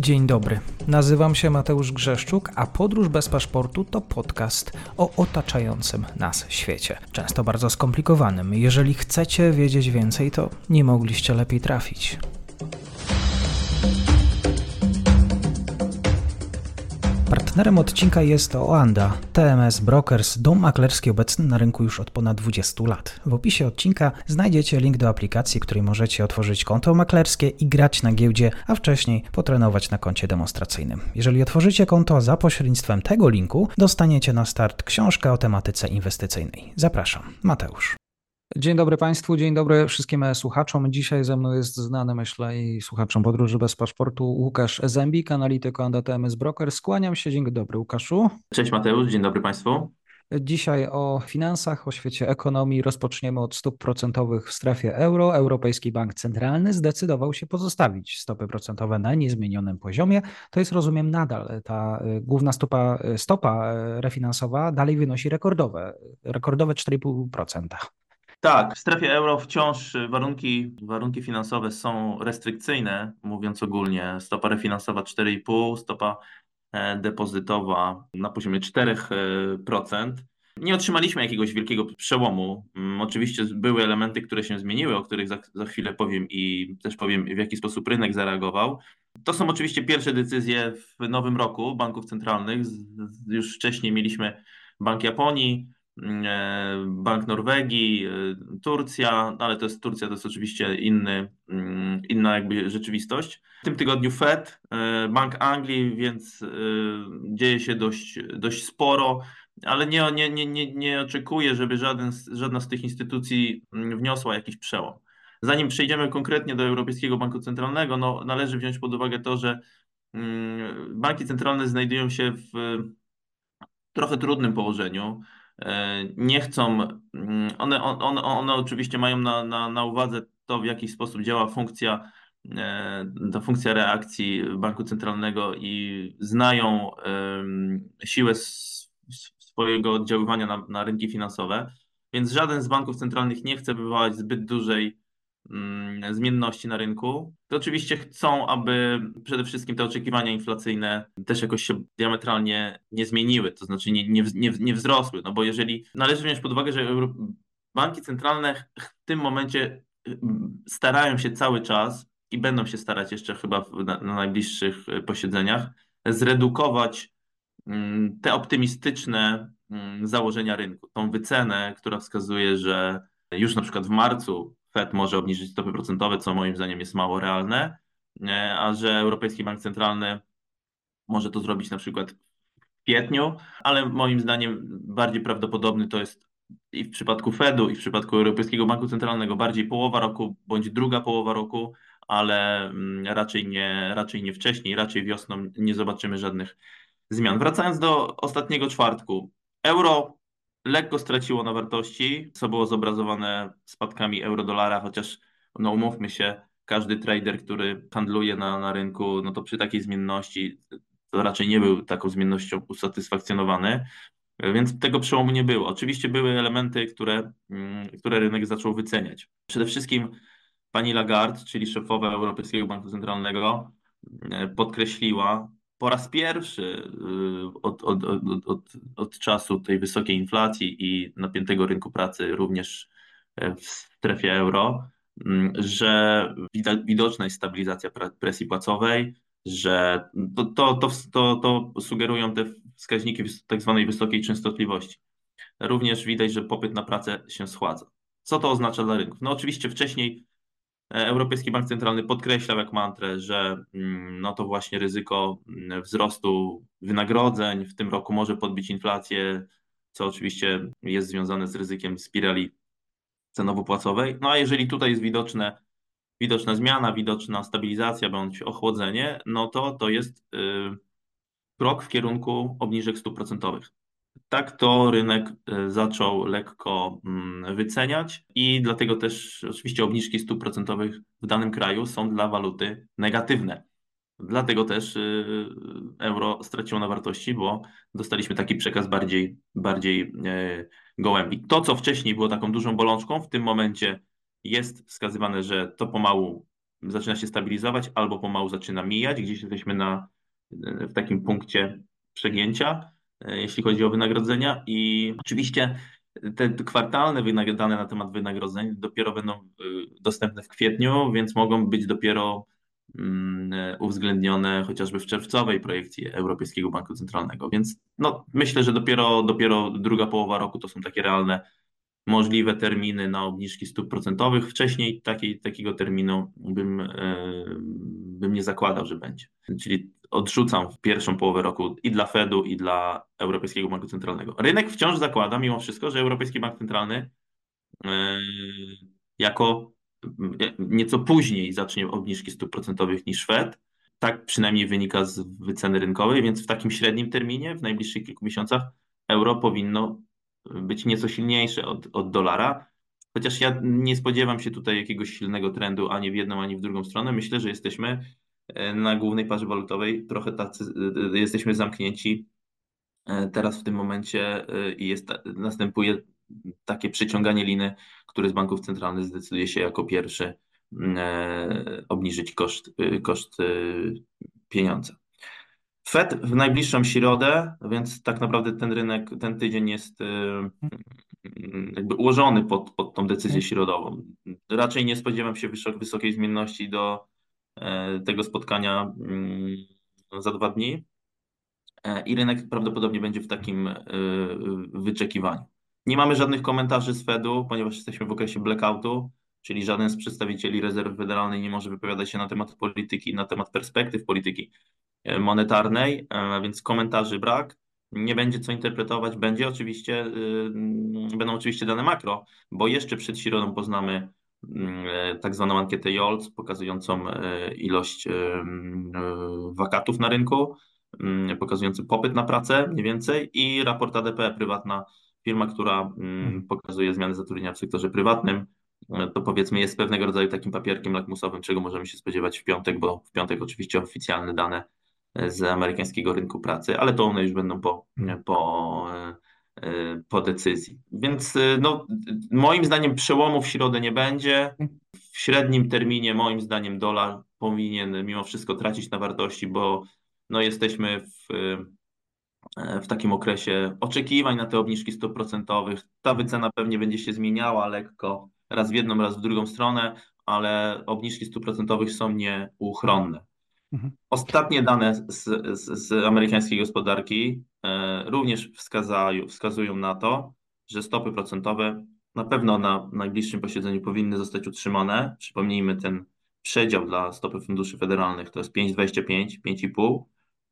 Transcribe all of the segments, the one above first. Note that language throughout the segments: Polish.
Dzień dobry, nazywam się Mateusz Grzeszczuk, a Podróż bez paszportu to podcast o otaczającym nas świecie. Często bardzo skomplikowanym. Jeżeli chcecie wiedzieć więcej, to nie mogliście lepiej trafić. Partnerem odcinka jest Oanda, TMS Brokers, dom maklerski obecny na rynku już od ponad 20 lat. W opisie odcinka znajdziecie link do aplikacji, w której możecie otworzyć konto maklerskie i grać na giełdzie, a wcześniej potrenować na koncie demonstracyjnym. Jeżeli otworzycie konto za pośrednictwem tego linku, dostaniecie na start książkę o tematyce inwestycyjnej. Zapraszam, Mateusz. Dzień dobry Państwu, dzień dobry wszystkim słuchaczom. Dzisiaj ze mną jest znany, myślę, i słuchaczom Podróży bez paszportu Łukasz Zembik, analityk Oanda TMS Brokers. Skłaniam się, dzień dobry Łukaszu. Cześć Mateusz, dzień dobry Państwu. Dzisiaj o finansach, o świecie ekonomii. Rozpoczniemy od stóp procentowych w strefie euro. Europejski Bank Centralny zdecydował się pozostawić stopy procentowe na niezmienionym poziomie. To jest, rozumiem, nadal ta główna stopa refinansowa dalej wynosi rekordowe 4,5%. Tak, w strefie euro wciąż warunki finansowe są restrykcyjne, mówiąc ogólnie. Stopa refinansowa 4,5, stopa depozytowa na poziomie 4%. Nie otrzymaliśmy jakiegoś wielkiego przełomu. Oczywiście były elementy, które się zmieniły, o których za chwilę powiem i też powiem, w jaki sposób rynek zareagował. To są oczywiście pierwsze decyzje w nowym roku banków centralnych. Już wcześniej mieliśmy Bank Japonii, Bank Norwegii, Turcja, ale Turcja to jest oczywiście inna jakby rzeczywistość. W tym tygodniu Fed, Bank Anglii, więc dzieje się dość sporo, ale nie oczekuję, żeby żadna z tych instytucji wniosła jakiś przełom. Zanim przejdziemy konkretnie do Europejskiego Banku Centralnego, no, należy wziąć pod uwagę to, że banki centralne znajdują się w trochę trudnym położeniu. Nie chcą, one oczywiście mają na uwadze to, w jaki sposób działa ta funkcja reakcji banku centralnego i znają siłę swojego oddziaływania na rynki finansowe, więc żaden z banków centralnych nie chce wywołać zbyt dużej zmienności na rynku. To oczywiście chcą, aby przede wszystkim te oczekiwania inflacyjne też jakoś się diametralnie nie zmieniły, to znaczy nie wzrosły, no bo jeżeli należy wziąć pod uwagę, że banki centralne w tym momencie starają się cały czas i będą się starać jeszcze chyba na najbliższych posiedzeniach zredukować te optymistyczne założenia rynku, tą wycenę, która wskazuje, że już na przykład w marcu Fed może obniżyć stopy procentowe, co moim zdaniem jest mało realne, a że Europejski Bank Centralny może to zrobić na przykład w kwietniu, ale moim zdaniem bardziej prawdopodobny to jest i w przypadku Fedu, i w przypadku Europejskiego Banku Centralnego bardziej połowa roku bądź druga połowa roku, ale raczej nie wcześniej, raczej wiosną nie zobaczymy żadnych zmian. Wracając do ostatniego czwartku. Euro lekko straciło na wartości, co było zobrazowane spadkami euro-dolara, chociaż no umówmy się, każdy trader, który handluje na rynku, no to przy takiej zmienności to raczej nie był taką zmiennością usatysfakcjonowany, więc tego przełomu nie było. Oczywiście były elementy, które rynek zaczął wyceniać. Przede wszystkim pani Lagarde, czyli szefowa Europejskiego Banku Centralnego, podkreśliła po raz pierwszy od czasu tej wysokiej inflacji i napiętego rynku pracy również w strefie euro, że widoczna jest stabilizacja presji płacowej, że to sugerują te wskaźniki tak zwanej wysokiej częstotliwości. Również widać, że popyt na pracę się schładza. Co to oznacza dla rynków? No oczywiście wcześniej Europejski Bank Centralny podkreślał jak mantrę, że no to właśnie ryzyko wzrostu wynagrodzeń w tym roku może podbić inflację, co oczywiście jest związane z ryzykiem spirali cenowo-płacowej. No a jeżeli tutaj jest widoczna zmiana, widoczna stabilizacja bądź ochłodzenie, no to jest krok w kierunku obniżek stóp procentowych. Tak to rynek zaczął lekko wyceniać i dlatego też oczywiście obniżki stóp procentowych w danym kraju są dla waluty negatywne. Dlatego też euro straciło na wartości, bo dostaliśmy taki przekaz bardziej gołębi. To, co wcześniej było taką dużą bolączką, w tym momencie jest wskazywane, że to pomału zaczyna się stabilizować, albo pomału zaczyna mijać. Gdzieś jesteśmy w takim punkcie przegięcia, jeśli chodzi o wynagrodzenia. I oczywiście te kwartalne dane na temat wynagrodzeń dopiero będą dostępne w kwietniu, więc mogą być dopiero uwzględnione chociażby w czerwcowej projekcji Europejskiego Banku Centralnego. Więc no, myślę, że dopiero druga połowa roku to są takie realne możliwe terminy na obniżki stóp procentowych. Wcześniej takiego terminu bym nie zakładał, że będzie. Czyli odrzucam w pierwszą połowę roku i dla Fedu, i dla Europejskiego Banku Centralnego. Rynek wciąż zakłada mimo wszystko, że Europejski Bank Centralny e, jako nieco później zacznie obniżki stóp procentowych niż Fed. Tak przynajmniej wynika z wyceny rynkowej, więc w takim średnim terminie, w najbliższych kilku miesiącach, euro powinno być nieco silniejsze od dolara. Chociaż ja nie spodziewam się tutaj jakiegoś silnego trendu ani w jedną, ani w drugą stronę. Myślę, że jesteśmy na głównej parze walutowej trochę jesteśmy zamknięci teraz w tym momencie i następuje takie przyciąganie liny, które z banków centralnych zdecyduje się jako pierwszy obniżyć koszt pieniądza. Fed w najbliższą środę, więc tak naprawdę ten tydzień jest jakby ułożony pod tą decyzję środową. Raczej nie spodziewam się wysokiej zmienności do tego spotkania za 2 dni i rynek prawdopodobnie będzie w takim wyczekiwaniu. Nie mamy żadnych komentarzy z Fedu, ponieważ jesteśmy w okresie blackoutu, czyli żaden z przedstawicieli rezerwy federalnej nie może wypowiadać się na temat polityki, na temat perspektyw polityki monetarnej, więc komentarzy brak. Nie będzie co interpretować, będą oczywiście dane makro, bo jeszcze przed środą poznamy tak zwaną ankietę JOLTS, pokazującą ilość wakatów na rynku, pokazujący popyt na pracę mniej więcej i raport ADP, prywatna firma, która pokazuje zmiany zatrudnienia w sektorze prywatnym. To powiedzmy jest pewnego rodzaju takim papierkiem lakmusowym, czego możemy się spodziewać w piątek, bo w piątek oczywiście oficjalne dane z amerykańskiego rynku pracy, ale to one już będą po decyzji. Więc no, moim zdaniem przełomu w środę nie będzie. W średnim terminie moim zdaniem dolar powinien mimo wszystko tracić na wartości, bo no, jesteśmy w takim okresie oczekiwań na te obniżki stóp procentowych. Ta wycena pewnie będzie się zmieniała lekko, raz w jedną, raz w drugą stronę, ale obniżki stóp procentowych są nieuchronne. Ostatnie dane z amerykańskiej gospodarki również wskazują na to, że stopy procentowe na pewno na najbliższym posiedzeniu powinny zostać utrzymane. Przypomnijmy ten przedział dla stopy funduszy federalnych to jest 5,25, 5,5.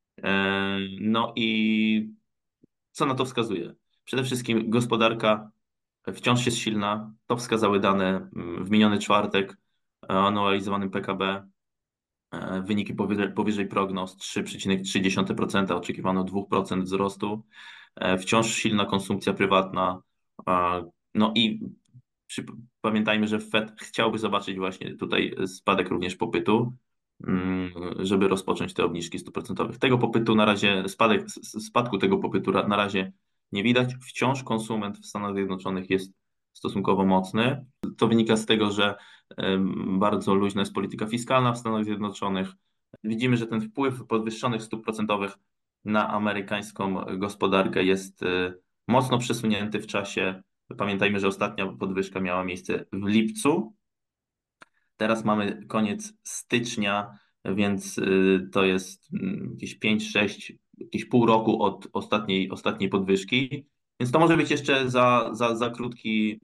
No i co na to wskazuje? Przede wszystkim gospodarka wciąż jest silna. To wskazały dane w miniony czwartek o anualizowanym PKB. Wyniki powyżej prognoz 3,3%, oczekiwano 2% wzrostu. Wciąż silna konsumpcja prywatna. No i pamiętajmy, że Fed chciałby zobaczyć właśnie tutaj spadek również popytu, żeby rozpocząć te obniżki stóp procentowych. Tego popytu na razie, spadku tego popytu na razie nie widać. Wciąż konsument w Stanach Zjednoczonych jest stosunkowo mocny. To wynika z tego, że bardzo luźna jest polityka fiskalna w Stanach Zjednoczonych. Widzimy, że ten wpływ podwyższonych stóp procentowych na amerykańską gospodarkę jest mocno przesunięty w czasie. Pamiętajmy, że ostatnia podwyżka miała miejsce w lipcu. Teraz mamy koniec stycznia, więc to jest jakieś 5-6, jakieś pół roku od ostatniej podwyżki. Więc to może być jeszcze za krótki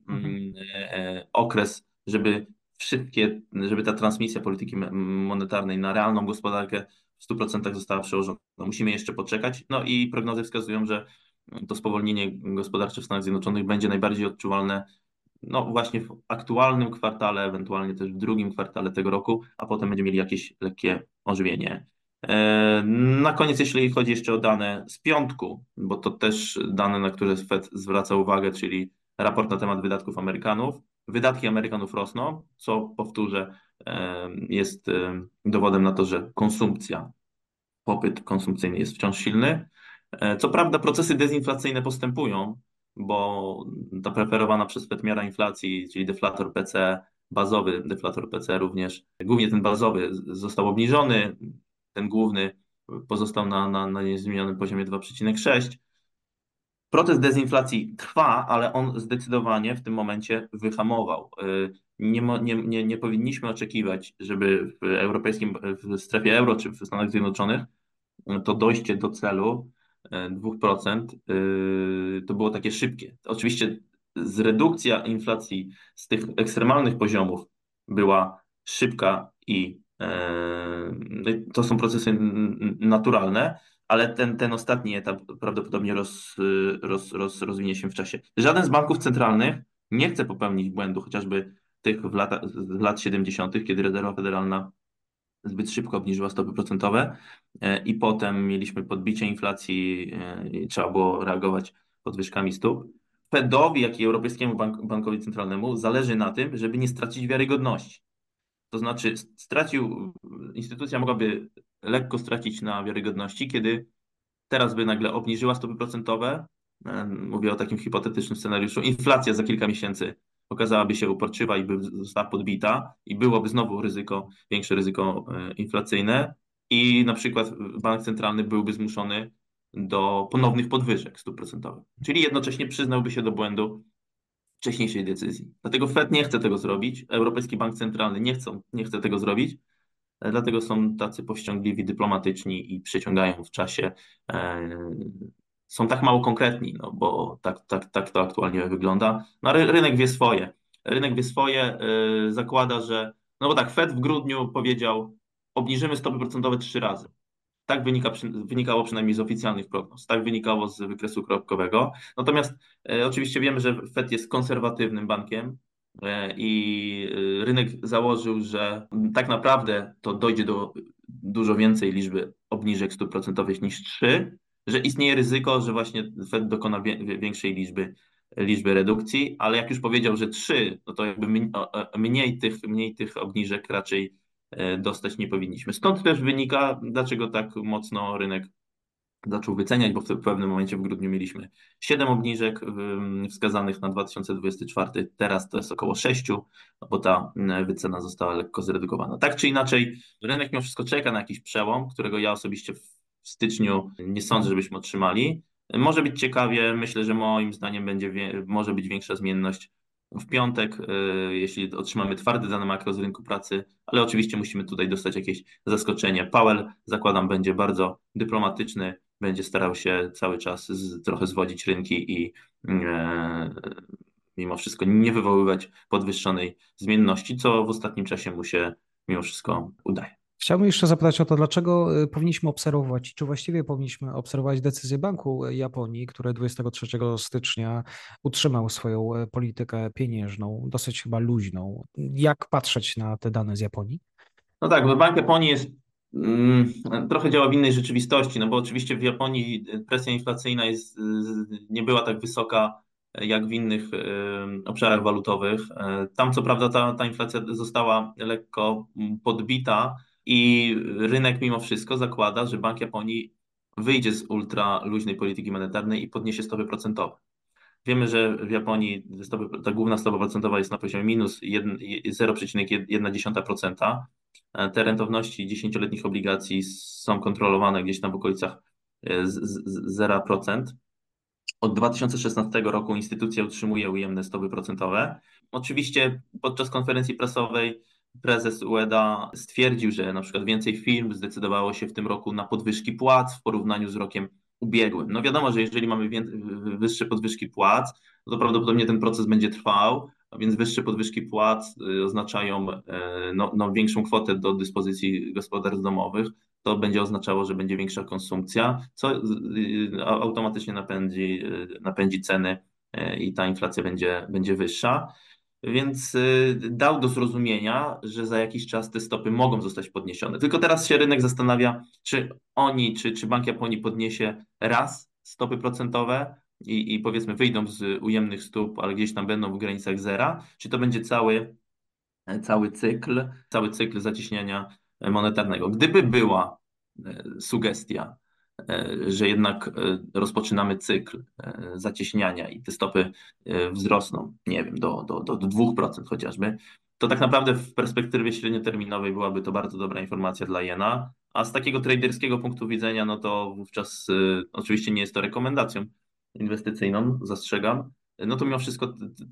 okres, żeby ta transmisja polityki monetarnej na realną gospodarkę w 100% została przełożona. Musimy jeszcze poczekać. No i prognozy wskazują, że to spowolnienie gospodarcze w Stanach Zjednoczonych będzie najbardziej odczuwalne no właśnie w aktualnym kwartale, ewentualnie też w drugim kwartale tego roku, a potem będziemy mieli jakieś lekkie ożywienie. Na koniec, jeśli chodzi jeszcze o dane z piątku, bo to też dane, na które Fed zwraca uwagę, czyli raport na temat wydatków Amerykanów. Wydatki Amerykanów rosną, co powtórzę, jest dowodem na to, że popyt konsumpcyjny jest wciąż silny. Co prawda procesy dezinflacyjne postępują, bo ta preferowana przez Fed miara inflacji, czyli deflator PC, bazowy deflator PC również, głównie ten bazowy został obniżony, ten główny pozostał na niezmienionym poziomie 2,6. Proces dezinflacji trwa, ale on zdecydowanie w tym momencie wyhamował. Nie powinniśmy oczekiwać, żeby w strefie euro czy w Stanach Zjednoczonych to dojście do celu 2% to było takie szybkie. Oczywiście redukcja inflacji z tych ekstremalnych poziomów była szybka i to są procesy naturalne, ale ten ostatni etap prawdopodobnie rozwinie się w czasie. Żaden z banków centralnych nie chce popełnić błędu, chociażby tych z lat 70., kiedy Rezerwa Federalna zbyt szybko obniżyła stopy procentowe i potem mieliśmy podbicie inflacji i trzeba było reagować podwyżkami stóp. Fedowi, jak i Europejskiemu Bankowi Centralnemu zależy na tym, żeby nie stracić wiarygodności. To znaczy instytucja mogłaby lekko stracić na wiarygodności, kiedy teraz by nagle obniżyła stopy procentowe, mówię o takim hipotetycznym scenariuszu, inflacja za kilka miesięcy okazałaby się uporczywa i by została podbita i byłoby znowu większe ryzyko inflacyjne i na przykład bank centralny byłby zmuszony do ponownych podwyżek stóp procentowych. Czyli jednocześnie przyznałby się do błędu wcześniejszej decyzji. Dlatego Fed nie chce tego zrobić, Europejski Bank Centralny nie chce tego zrobić. Dlatego są tacy powściągliwi, dyplomatyczni i przyciągają w czasie. e, Są tak mało konkretni, no bo tak to aktualnie wygląda. No ale rynek wie swoje. Rynek wie swoje, zakłada, że. No bo tak, Fed w grudniu powiedział, obniżymy stopy procentowe 3 razy. Tak wynikało przynajmniej z oficjalnych prognoz, tak wynikało z wykresu kropkowego. Natomiast oczywiście wiemy, że Fed jest konserwatywnym bankiem i rynek założył, że tak naprawdę to dojdzie do dużo więcej liczby obniżek stóp procentowych niż 3, że istnieje ryzyko, że właśnie Fed dokona większej liczby redukcji, ale jak już powiedział, że 3, no to jakby mniej tych obniżek raczej dostać nie powinniśmy. Stąd też wynika, dlaczego tak mocno rynek zaczął wyceniać, bo w pewnym momencie w grudniu mieliśmy 7 obniżek wskazanych na 2024, teraz to jest około 6, no bo ta wycena została lekko zredukowana. Tak czy inaczej, rynek mimo wszystko czeka na jakiś przełom, którego ja osobiście w styczniu nie sądzę, żebyśmy otrzymali. Może być ciekawie, myślę, że moim zdaniem może być większa zmienność w piątek, jeśli otrzymamy twarde dane makro z rynku pracy, ale oczywiście musimy tutaj dostać jakieś zaskoczenie. Powell, zakładam, będzie bardzo dyplomatyczny, będzie starał się cały czas trochę zwodzić rynki i e, mimo wszystko nie wywoływać podwyższonej zmienności, co w ostatnim czasie mu się mimo wszystko udaje. Chciałbym jeszcze zapytać o to, dlaczego powinniśmy obserwować, czy właściwie powinniśmy obserwować decyzję Banku Japonii, który 23 stycznia utrzymał swoją politykę pieniężną, dosyć chyba luźną. Jak patrzeć na te dane z Japonii? No tak, bo Bank Japonii mm, trochę działa w innej rzeczywistości, no bo oczywiście w Japonii presja inflacyjna nie była tak wysoka jak w innych obszarach walutowych. Tam co prawda ta inflacja została lekko podbita i rynek mimo wszystko zakłada, że Bank Japonii wyjdzie z ultra luźnej polityki monetarnej i podniesie stopy procentowe. Wiemy, że w Japonii ta główna stopa procentowa jest na poziomie minus 0,1%. Te rentowności 10-letnich obligacji są kontrolowane gdzieś tam w okolicach 0%. Od 2016 roku instytucja utrzymuje ujemne stopy procentowe. Oczywiście podczas konferencji prasowej prezes UEDA stwierdził, że na przykład więcej firm zdecydowało się w tym roku na podwyżki płac w porównaniu z rokiem ubiegłym. No wiadomo, że jeżeli mamy wyższe podwyżki płac, to prawdopodobnie ten proces będzie trwał, a więc wyższe podwyżki płac oznaczają większą kwotę do dyspozycji gospodarstw domowych. To będzie oznaczało, że będzie większa konsumpcja, co automatycznie napędzi ceny i ta inflacja będzie wyższa. Więc dał do zrozumienia, że za jakiś czas te stopy mogą zostać podniesione. Tylko teraz się rynek zastanawia, czy Bank Japonii podniesie raz stopy procentowe i powiedzmy wyjdą z ujemnych stóp, ale gdzieś tam będą w granicach zera, czy to będzie cały cykl zacieśniania monetarnego. Gdyby była sugestia, że jednak rozpoczynamy cykl zacieśniania i te stopy wzrosną, nie wiem, do 2% chociażby, to tak naprawdę w perspektywie średnioterminowej byłaby to bardzo dobra informacja dla jena, a z takiego traderskiego punktu widzenia, no to wówczas oczywiście nie jest to rekomendacją inwestycyjną, zastrzegam, no to mimo wszystko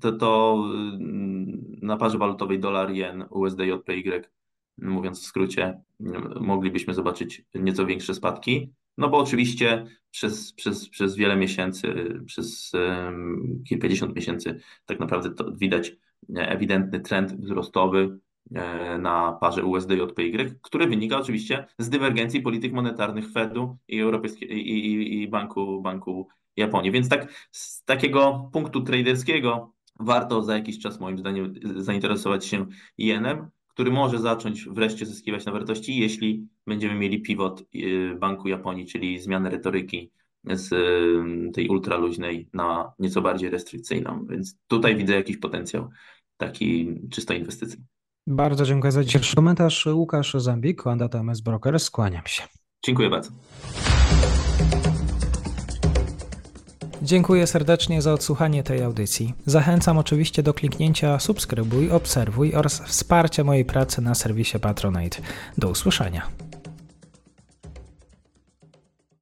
na parze walutowej dolar, jen, USD, JPY, mówiąc w skrócie, moglibyśmy zobaczyć nieco większe spadki, no bo oczywiście przez wiele miesięcy, przez kilkadziesiąt miesięcy tak naprawdę to widać ewidentny trend wzrostowy na parze USD-JPY, który wynika oczywiście z dywergencji polityk monetarnych Fedu i i Banku Japonii. Więc tak z takiego punktu traderskiego warto za jakiś czas moim zdaniem zainteresować się jenem, który może zacząć wreszcie zyskiwać na wartości, jeśli będziemy mieli pivot Banku Japonii, czyli zmianę retoryki z tej ultraluźnej na nieco bardziej restrykcyjną. Więc tutaj widzę jakiś potencjał taki czysto inwestycyjny. Bardzo dziękuję za dzisiejszy komentarz. Łukasz Zambik, Oanda TMS Brokers. Skłaniam się. Dziękuję bardzo. Dziękuję serdecznie za odsłuchanie tej audycji. Zachęcam oczywiście do kliknięcia subskrybuj, obserwuj oraz wsparcia mojej pracy na serwisie Patronite. Do usłyszenia.